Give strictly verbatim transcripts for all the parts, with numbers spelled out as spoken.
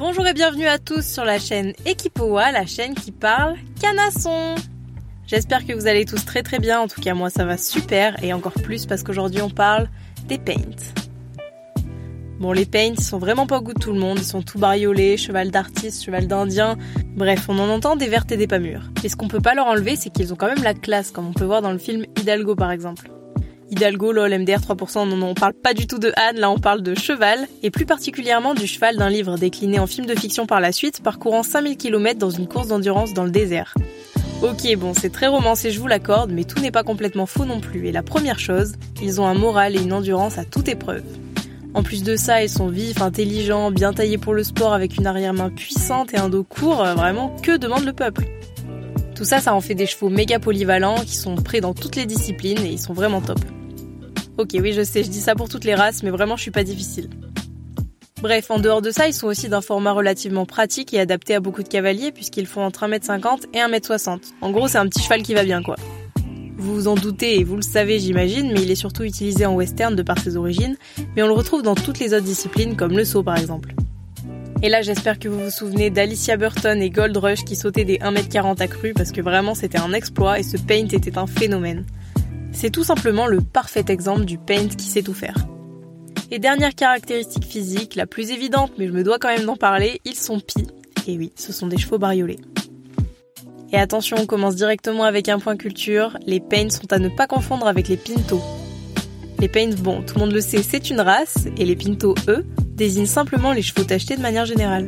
Bonjour et bienvenue à tous sur la chaîne Equipoa, la chaîne qui parle canasson. J'espère que vous allez tous très très bien, en tout cas moi ça va super et encore plus parce qu'aujourd'hui on parle des paints. Bon, les paints ils sont vraiment pas au goût de tout le monde, ils sont tout bariolés, cheval d'artiste, cheval d'indien, bref on en entend des vertes et des pas mûres. Et ce qu'on peut pas leur enlever c'est qu'ils ont quand même la classe, comme on peut voir dans le film Hidalgo par exemple. Hidalgo, lol, M D R trois pour cent, non, non, on parle pas du tout de âne, là on parle de cheval, et plus particulièrement du cheval d'un livre décliné en film de fiction par la suite, parcourant cinq mille kilomètres dans une course d'endurance dans le désert. Ok, bon, c'est très romancé, je vous l'accorde, mais tout n'est pas complètement faux non plus, et la première chose, ils ont un moral et une endurance à toute épreuve. En plus de ça, ils sont vifs, intelligents, bien taillés pour le sport, avec une arrière-main puissante et un dos court, vraiment, que demande le peuple ? Tout ça, ça en fait des chevaux méga polyvalents, qui sont prêts dans toutes les disciplines, et ils sont vraiment top. Ok, oui, je sais, je dis ça pour toutes les races, mais vraiment, je suis pas difficile. Bref, en dehors de ça, ils sont aussi d'un format relativement pratique et adapté à beaucoup de cavaliers, puisqu'ils font entre un mètre cinquante et un mètre soixante. En gros, c'est un petit cheval qui va bien, quoi. Vous vous en doutez, et vous le savez, j'imagine, mais il est surtout utilisé en western de par ses origines, mais on le retrouve dans toutes les autres disciplines, comme le saut par exemple. Et là, j'espère que vous vous souvenez d'Alicia Burton et Gold Rush qui sautaient des un mètre quarante accrus, parce que vraiment, c'était un exploit, et ce paint était un phénomène. C'est tout simplement le parfait exemple du paint qui sait tout faire. Et dernière caractéristique physique, la plus évidente, mais je me dois quand même d'en parler, ils sont pis. Et oui, ce sont des chevaux bariolés. Et attention, on commence directement avec un point culture, les paints sont à ne pas confondre avec les pintos. Les paints, bon, tout le monde le sait, c'est une race, et les pintos, eux, désignent simplement les chevaux tachetés de manière générale.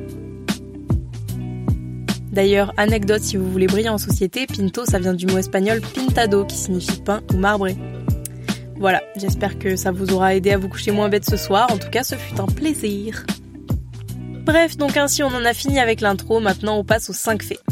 D'ailleurs, anecdote si vous voulez briller en société, pinto ça vient du mot espagnol pintado qui signifie peint ou marbré. Voilà, j'espère que ça vous aura aidé à vous coucher moins bête ce soir, en tout cas ce fut un plaisir. Bref, donc ainsi on en a fini avec l'intro, maintenant on passe aux cinq faits.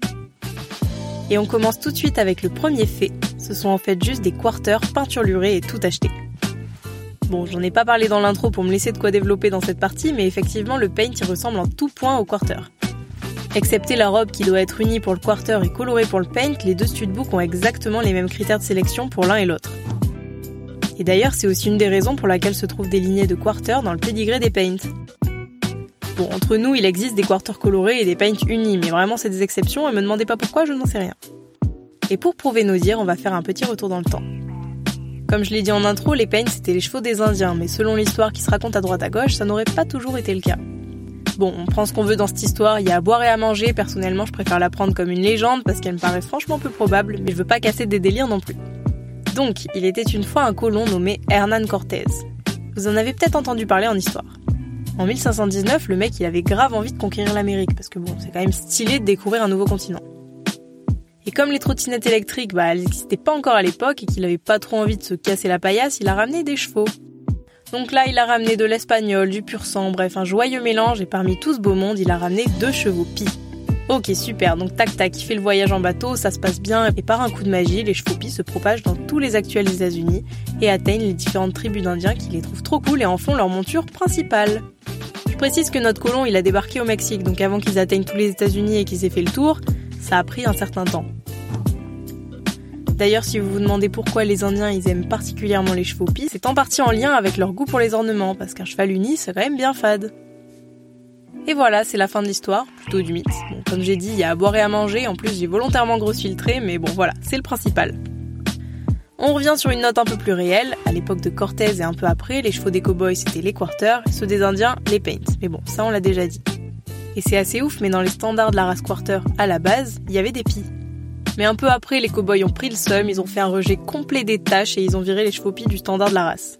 Et on commence tout de suite avec le premier fait, ce sont en fait juste des quarters peinturlurés et tout achetés. Bon, j'en ai pas parlé dans l'intro pour me laisser de quoi développer dans cette partie, mais effectivement le paint il ressemble en tout point au quarter. Excepté la robe qui doit être unie pour le quarter et colorée pour le paint, les deux studbooks ont exactement les mêmes critères de sélection pour l'un et l'autre. Et d'ailleurs, c'est aussi une des raisons pour laquelle se trouvent des lignées de quarter dans le pédigré des paints. Bon, entre nous, il existe des quarters colorés et des paints unis, mais vraiment c'est des exceptions et me demandez pas pourquoi, je n'en sais rien. Et pour prouver nos dires, on va faire un petit retour dans le temps. Comme je l'ai dit en intro, les paints c'était les chevaux des Indiens, mais selon l'histoire qui se raconte à droite à gauche, ça n'aurait pas toujours été le cas. Bon, on prend ce qu'on veut dans cette histoire, il y a à boire et à manger, personnellement je préfère la prendre comme une légende parce qu'elle me paraît franchement peu probable, mais je veux pas casser des délires non plus. Donc, il était une fois un colon nommé Hernán Cortés. Vous en avez peut-être entendu parler en histoire. En mille cinq cent dix-neuf, le mec il avait grave envie de conquérir l'Amérique, parce que bon, c'est quand même stylé de découvrir un nouveau continent. Et comme les trottinettes électriques, bah elles n'existaient pas encore à l'époque et qu'il avait pas trop envie de se casser la paillasse, il a ramené des chevaux. Donc là, il a ramené de l'espagnol, du pur sang, bref, un joyeux mélange, et parmi tout ce beau monde, il a ramené deux chevaux pis. Ok, super, donc tac tac, il fait le voyage en bateau, ça se passe bien, et par un coup de magie, les chevaux pis se propagent dans tous les actuels États-Unis et atteignent les différentes tribus d'Indiens qui les trouvent trop cool et en font leur monture principale. Je précise que notre colon, il a débarqué au Mexique, donc avant qu'ils atteignent tous les États-Unis et qu'ils aient fait le tour, ça a pris un certain temps. D'ailleurs, si vous vous demandez pourquoi les Indiens ils aiment particulièrement les chevaux pis, c'est en partie en lien avec leur goût pour les ornements, parce qu'un cheval uni, c'est quand même bien fade. Et voilà, c'est la fin de l'histoire, plutôt du mythe. Bon, comme j'ai dit, il y a à boire et à manger, en plus j'ai volontairement grossi le trait, mais bon voilà, c'est le principal. On revient sur une note un peu plus réelle, à l'époque de Cortés et un peu après, les chevaux des cow-boys c'était les quarters, et ceux des Indiens, les paints. Mais bon, ça on l'a déjà dit. Et c'est assez ouf, mais dans les standards de la race quarter, à la base, il y avait des pis. Mais un peu après, les cow-boys ont pris le seum, ils ont fait un rejet complet des tâches et ils ont viré les chevaux pis du standard de la race.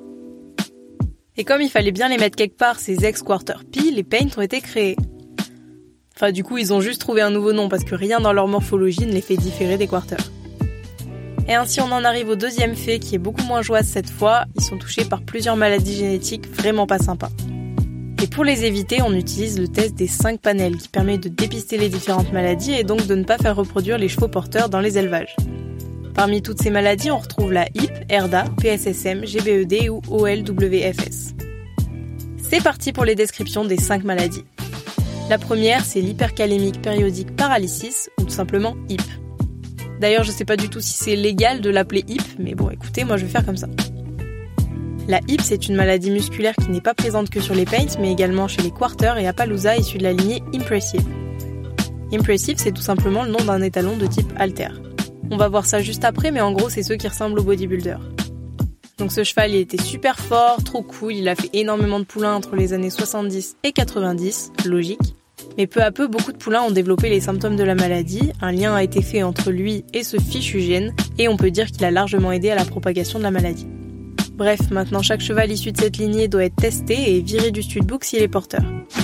Et comme il fallait bien les mettre quelque part, ces ex-quarter pis, les paints ont été créés. Enfin, du coup, ils ont juste trouvé un nouveau nom parce que rien dans leur morphologie ne les fait différer des quarters. Et ainsi, on en arrive au deuxième fait qui est beaucoup moins joyeux cette fois, ils sont touchés par plusieurs maladies génétiques vraiment pas sympas. Et pour les éviter, on utilise le test des cinq panels qui permet de dépister les différentes maladies et donc de ne pas faire reproduire les chevaux porteurs dans les élevages. Parmi toutes ces maladies, on retrouve la H I P, R D A, P S S M, G B E D ou O L W F S. C'est parti pour les descriptions des cinq maladies. La première, c'est l'hypercalémique périodique paralysis, ou tout simplement H I P. D'ailleurs, je sais pas du tout si c'est légal de l'appeler H I P, mais bon, écoutez, moi je vais faire comme ça. La hippe, c'est une maladie musculaire qui n'est pas présente que sur les Paints, mais également chez les Quarter et Appaloosa issus de la lignée Impressive. Impressive, c'est tout simplement le nom d'un étalon de type halter. On va voir ça juste après, mais en gros, c'est ceux qui ressemblent aux bodybuilders. Donc ce cheval, il était super fort, trop cool, il a fait énormément de poulains entre les années soixante-dix et quatre-vingt-dix, logique. Mais peu à peu, beaucoup de poulains ont développé les symptômes de la maladie, un lien a été fait entre lui et ce fichu gène, et on peut dire qu'il a largement aidé à la propagation de la maladie. Bref, maintenant chaque cheval issu de cette lignée doit être testé et viré du studbook s'il est porteur.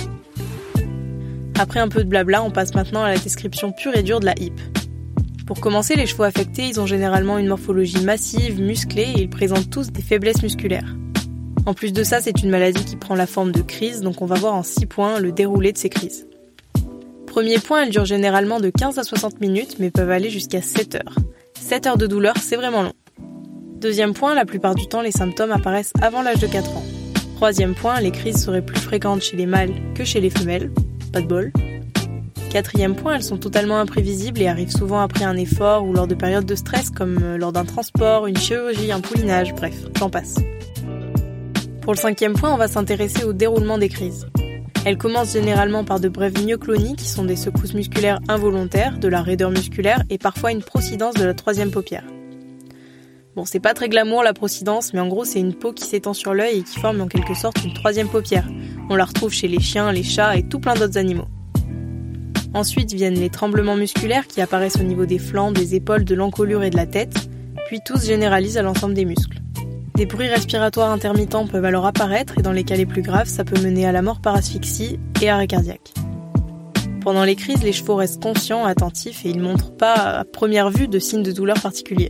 Après un peu de blabla, on passe maintenant à la description pure et dure de la hippe. Pour commencer, les chevaux affectés, ils ont généralement une morphologie massive, musclée et ils présentent tous des faiblesses musculaires. En plus de ça, c'est une maladie qui prend la forme de crises, donc on va voir en six points le déroulé de ces crises. Premier point, elles durent généralement de quinze à soixante minutes, mais peuvent aller jusqu'à sept heures. sept heures de douleur, c'est vraiment long. Deuxième point, la plupart du temps, les symptômes apparaissent avant l'âge de quatre ans. Troisième point, les crises seraient plus fréquentes chez les mâles que chez les femelles. Pas de bol. Quatrième point, elles sont totalement imprévisibles et arrivent souvent après un effort ou lors de périodes de stress comme lors d'un transport, une chirurgie, un poulinage, bref, j'en passe. Pour le cinquième point, on va s'intéresser au déroulement des crises. Elles commencent généralement par de brèves myoclonies qui sont des secousses musculaires involontaires, de la raideur musculaire et parfois une procidence de la troisième paupière. Bon, c'est pas très glamour la procidence, mais en gros c'est une peau qui s'étend sur l'œil et qui forme en quelque sorte une troisième paupière. On la retrouve chez les chiens, les chats et tout plein d'autres animaux. Ensuite viennent les tremblements musculaires qui apparaissent au niveau des flancs, des épaules, de l'encolure et de la tête, puis tous se généralisent à l'ensemble des muscles. Des bruits respiratoires intermittents peuvent alors apparaître et dans les cas les plus graves, ça peut mener à la mort par asphyxie et arrêt cardiaque. Pendant les crises, les chevaux restent conscients, attentifs et ils ne montrent pas à première vue de signes de douleur particuliers.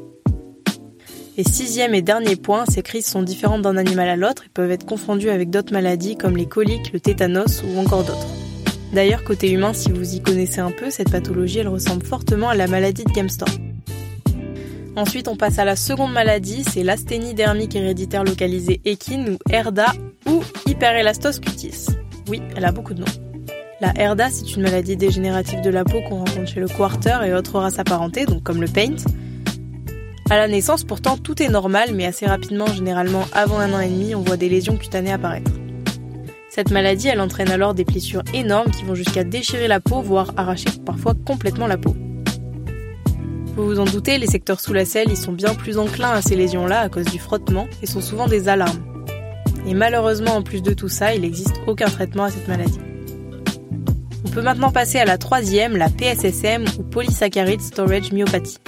Et sixième et dernier point, ces crises sont différentes d'un animal à l'autre et peuvent être confondues avec d'autres maladies comme les coliques, le tétanos ou encore d'autres. D'ailleurs, côté humain, si vous y connaissez un peu, cette pathologie, elle ressemble fortement à la maladie de Gemstorm. Ensuite, on passe à la seconde maladie, c'est l'asthénie dermique héréditaire localisée équine ou R D A ou hyperélastose cutis. Oui, elle a beaucoup de noms. La R D A, c'est une maladie dégénérative de la peau qu'on rencontre chez le Quarter et autres races apparentées, donc comme le Paint. À la naissance, pourtant, tout est normal, mais assez rapidement, généralement avant un an et demi, on voit des lésions cutanées apparaître. Cette maladie, elle entraîne alors des plissures énormes qui vont jusqu'à déchirer la peau, voire arracher parfois complètement la peau. Vous vous en doutez, les secteurs sous la selle, ils sont bien plus enclins à ces lésions-là à cause du frottement et sont souvent des alarmes. Et malheureusement, en plus de tout ça, il n'existe aucun traitement à cette maladie. On peut maintenant passer à la troisième, la P S S M ou Polysaccharide Storage Myopathie.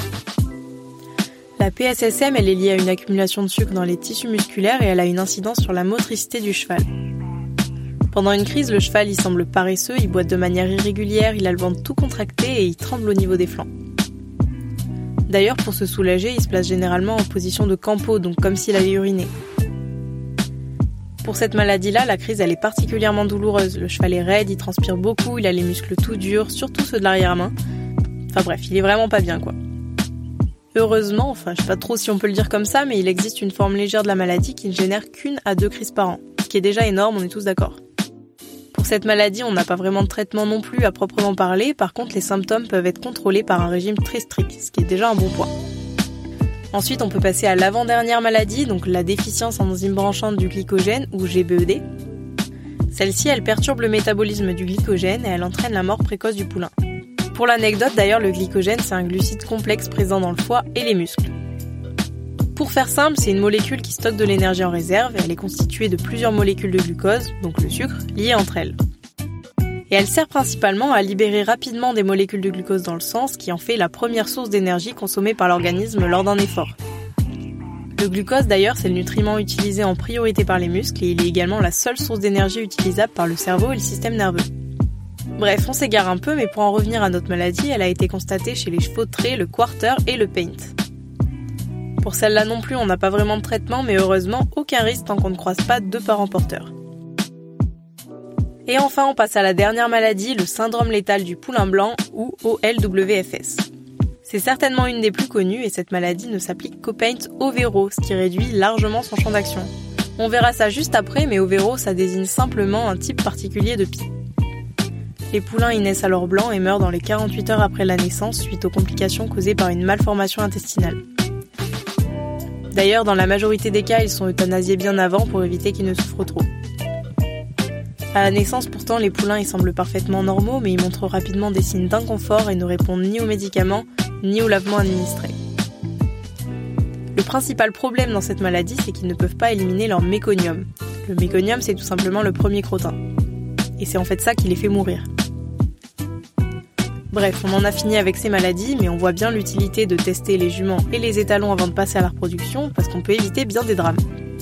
La P S S M, elle est liée à une accumulation de sucre dans les tissus musculaires et elle a une incidence sur la motricité du cheval. Pendant une crise, le cheval il semble paresseux, il boite de manière irrégulière, il a le ventre tout contracté et il tremble au niveau des flancs. D'ailleurs, pour se soulager, il se place généralement en position de campo, donc comme s'il allait uriner. Pour cette maladie-là, la crise elle est particulièrement douloureuse. Le cheval est raide, il transpire beaucoup, il a les muscles tout durs, surtout ceux de l'arrière-main. Enfin bref, il est vraiment pas bien quoi. Heureusement, enfin je sais pas trop si on peut le dire comme ça, mais il existe une forme légère de la maladie qui ne génère qu'une à deux crises par an, ce qui est déjà énorme, on est tous d'accord. Pour cette maladie, on n'a pas vraiment de traitement non plus à proprement parler, par contre les symptômes peuvent être contrôlés par un régime très strict, ce qui est déjà un bon point. Ensuite, on peut passer à l'avant-dernière maladie, donc la déficience en enzyme branchante du glycogène, ou G B E D. Celle-ci, elle perturbe le métabolisme du glycogène et elle entraîne la mort précoce du poulain. Pour l'anecdote d'ailleurs, le glycogène, c'est un glucide complexe présent dans le foie et les muscles. Pour faire simple, c'est une molécule qui stocke de l'énergie en réserve et elle est constituée de plusieurs molécules de glucose, donc le sucre, liées entre elles. Et elle sert principalement à libérer rapidement des molécules de glucose dans le sang, ce qui en fait la première source d'énergie consommée par l'organisme lors d'un effort. Le glucose d'ailleurs, c'est le nutriment utilisé en priorité par les muscles et il est également la seule source d'énergie utilisable par le cerveau et le système nerveux. Bref, on s'égare un peu, mais pour en revenir à notre maladie, elle a été constatée chez les chevaux de trait, le Quarter et le Paint. Pour celle-là non plus, on n'a pas vraiment de traitement, mais heureusement, aucun risque tant qu'on ne croise pas deux parents porteurs. Et enfin, on passe à la dernière maladie, le syndrome létal du poulain blanc, ou O L W F S. C'est certainement une des plus connues, et cette maladie ne s'applique qu'au Paint overo, ce qui réduit largement son champ d'action. On verra ça juste après, mais overo, ça désigne simplement un type particulier de pie. Les poulains y naissent alors blancs et meurent dans les quarante-huit heures après la naissance suite aux complications causées par une malformation intestinale. D'ailleurs, dans la majorité des cas, ils sont euthanasiés bien avant pour éviter qu'ils ne souffrent trop. À la naissance, pourtant, les poulains ils semblent parfaitement normaux, mais ils montrent rapidement des signes d'inconfort et ne répondent ni aux médicaments, ni au lavement administré. Le principal problème dans cette maladie, c'est qu'ils ne peuvent pas éliminer leur méconium. Le méconium, c'est tout simplement le premier crottin. Et c'est en fait ça qui les fait mourir. Bref, on en a fini avec ces maladies, mais on voit bien l'utilité de tester les juments et les étalons avant de passer à la reproduction, parce qu'on peut éviter bien des drames.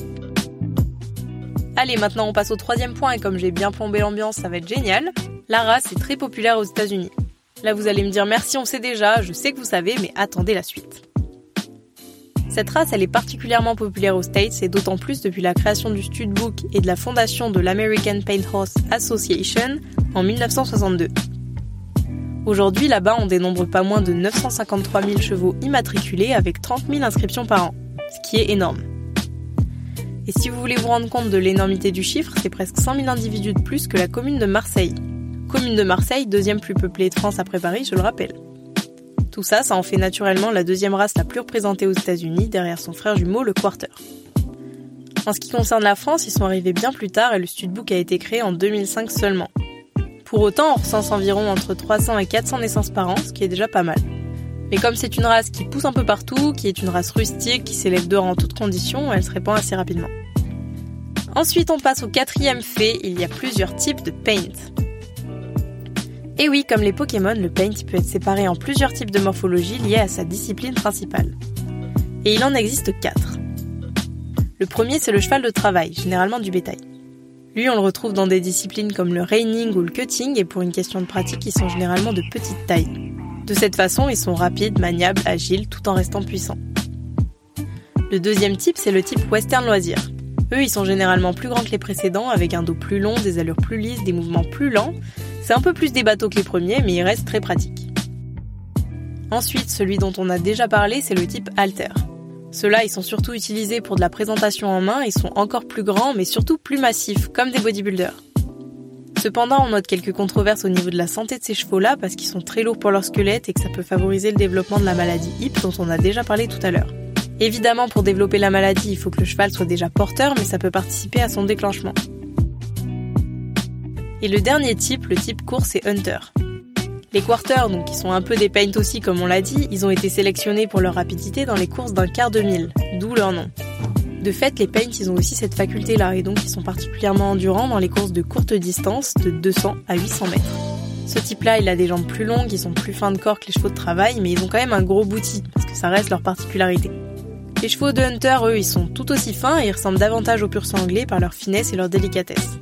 Allez, maintenant on passe au troisième point, et comme j'ai bien plombé l'ambiance, ça va être génial. La race est très populaire aux États-Unis. Là vous allez me dire merci, on sait déjà, je sais que vous savez, mais attendez la suite. Cette race, elle est particulièrement populaire aux States, et d'autant plus depuis la création du Studbook et de la fondation de l'American Paint Horse Association en dix-neuf cent soixante-deux. Aujourd'hui, là-bas, on dénombre pas moins de neuf cent cinquante-trois mille chevaux immatriculés avec trente mille inscriptions par an, ce qui est énorme. Et si vous voulez vous rendre compte de l'énormité du chiffre, c'est presque cent mille individus de plus que la commune de Marseille. Commune de Marseille, deuxième plus peuplée de France après Paris, je le rappelle. Tout ça, ça en fait naturellement la deuxième race la plus représentée aux États-Unis, derrière son frère jumeau, le Quarter. En ce qui concerne la France, ils sont arrivés bien plus tard et le Studbook a été créé en deux mille cinq seulement. Pour autant, on recense environ entre trois cents et quatre cents naissances par an, ce qui est déjà pas mal. Mais comme c'est une race qui pousse un peu partout, qui est une race rustique, qui s'élève dehors en toutes conditions, elle se répand assez rapidement. Ensuite, on passe au quatrième fait, il y a plusieurs types de paint. Et oui, comme les Pokémon, le paint peut être séparé en plusieurs types de morphologie liées à sa discipline principale. Et il en existe quatre. Le premier, c'est le cheval de travail, généralement du bétail. Lui, on le retrouve dans des disciplines comme le reining ou le cutting, et pour une question de pratique, ils sont généralement de petite taille. De cette façon, ils sont rapides, maniables, agiles, tout en restant puissants. Le deuxième type, c'est le type western loisir. Eux, ils sont généralement plus grands que les précédents, avec un dos plus long, des allures plus lisses, des mouvements plus lents. C'est un peu plus des bateaux que les premiers, mais ils restent très pratiques. Ensuite, celui dont on a déjà parlé, c'est le type halter. Ceux-là, ils sont surtout utilisés pour de la présentation en main, ils sont encore plus grands, mais surtout plus massifs, comme des bodybuilders. Cependant, on note quelques controverses au niveau de la santé de ces chevaux-là, parce qu'ils sont très lourds pour leur squelette et que ça peut favoriser le développement de la maladie hip dont on a déjà parlé tout à l'heure. Évidemment, pour développer la maladie, il faut que le cheval soit déjà porteur, mais ça peut participer à son déclenchement. Et le dernier type, le type course et hunter. Les quarters, donc qui sont un peu des paints aussi comme on l'a dit, ils ont été sélectionnés pour leur rapidité dans les courses d'un quart de mille, d'où leur nom. De fait, les paints, ils ont aussi cette faculté-là, et donc ils sont particulièrement endurants dans les courses de courte distance, de deux cents à huit cents mètres. Ce type-là, il a des jambes plus longues, ils sont plus fins de corps que les chevaux de travail, mais ils ont quand même un gros bouti, parce que ça reste leur particularité. Les chevaux de hunter, eux, ils sont tout aussi fins et ils ressemblent davantage aux pur sanglés par leur finesse et leur délicatesse.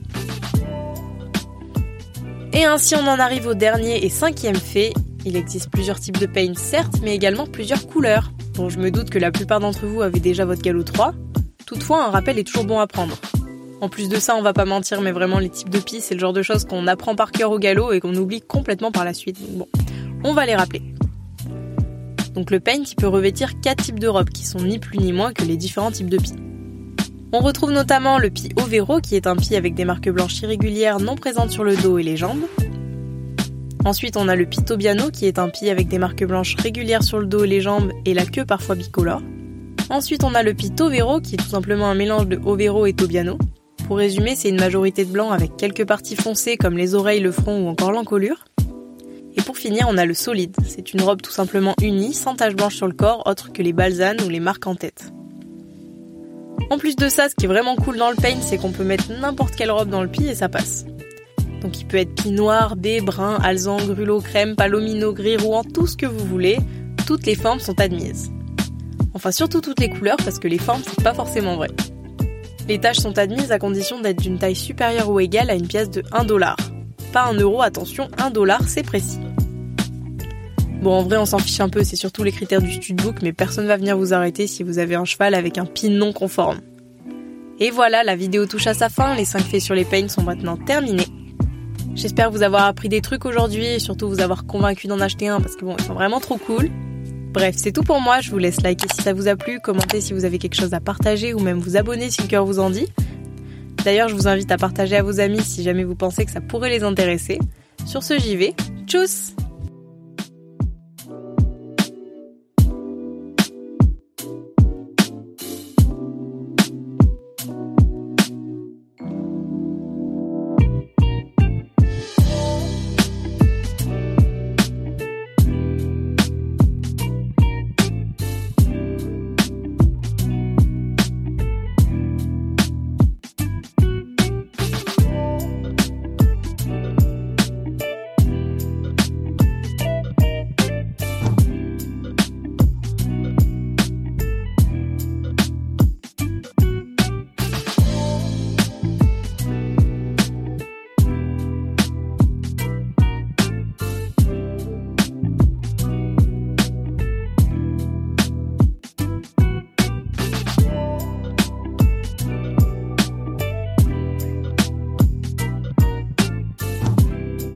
Et ainsi, on en arrive au dernier et cinquième fait. Il existe plusieurs types de paints, certes, mais également plusieurs couleurs. Bon, je me doute que la plupart d'entre vous avez déjà votre galop trois. Toutefois, un rappel est toujours bon à prendre. En plus de ça, on va pas mentir, mais vraiment, les types de pis, c'est le genre de choses qu'on apprend par cœur au galop et qu'on oublie complètement par la suite. Donc bon, on va les rappeler. Donc le paint, il peut revêtir quatre types de robes, qui sont ni plus ni moins que les différents types de pis. On retrouve notamment le pis Overo, qui est un pis avec des marques blanches irrégulières non présentes sur le dos et les jambes. Ensuite, on a le pis Tobiano, qui est un pis avec des marques blanches régulières sur le dos et les jambes et la queue parfois bicolore. Ensuite, on a le pis Tovero, qui est tout simplement un mélange de Overo et Tobiano. Pour résumer, c'est une majorité de blanc avec quelques parties foncées comme les oreilles, le front ou encore l'encolure. Et pour finir, on a le solide. C'est une robe tout simplement unie, sans taches blanches sur le corps, autre que les balsanes ou les marques en tête. En plus de ça, ce qui est vraiment cool dans le paint, c'est qu'on peut mettre n'importe quelle robe dans le pis et ça passe. Donc il peut être pis noir, baie, brun, alezan, grulot, crème, palomino, gris, rouan, tout ce que vous voulez. Toutes les formes sont admises. Enfin surtout toutes les couleurs, parce que les formes, c'est pas forcément vrai. Les taches sont admises à condition d'être d'une taille supérieure ou égale à une pièce de un dollar. Pas un euro, attention, un dollar, c'est précis. Bon, en vrai, on s'en fiche un peu, c'est surtout les critères du Studbook, mais personne va venir vous arrêter si vous avez un cheval avec un pin non conforme. Et voilà, la vidéo touche à sa fin, les cinq faits sur les paints sont maintenant terminés. J'espère vous avoir appris des trucs aujourd'hui et surtout vous avoir convaincu d'en acheter un parce que bon, ils sont vraiment trop cool. Bref, c'est tout pour moi, je vous laisse liker si ça vous a plu, commenter si vous avez quelque chose à partager ou même vous abonner si le cœur vous en dit. D'ailleurs, je vous invite à partager à vos amis si jamais vous pensez que ça pourrait les intéresser. Sur ce, j'y vais. Tchuss!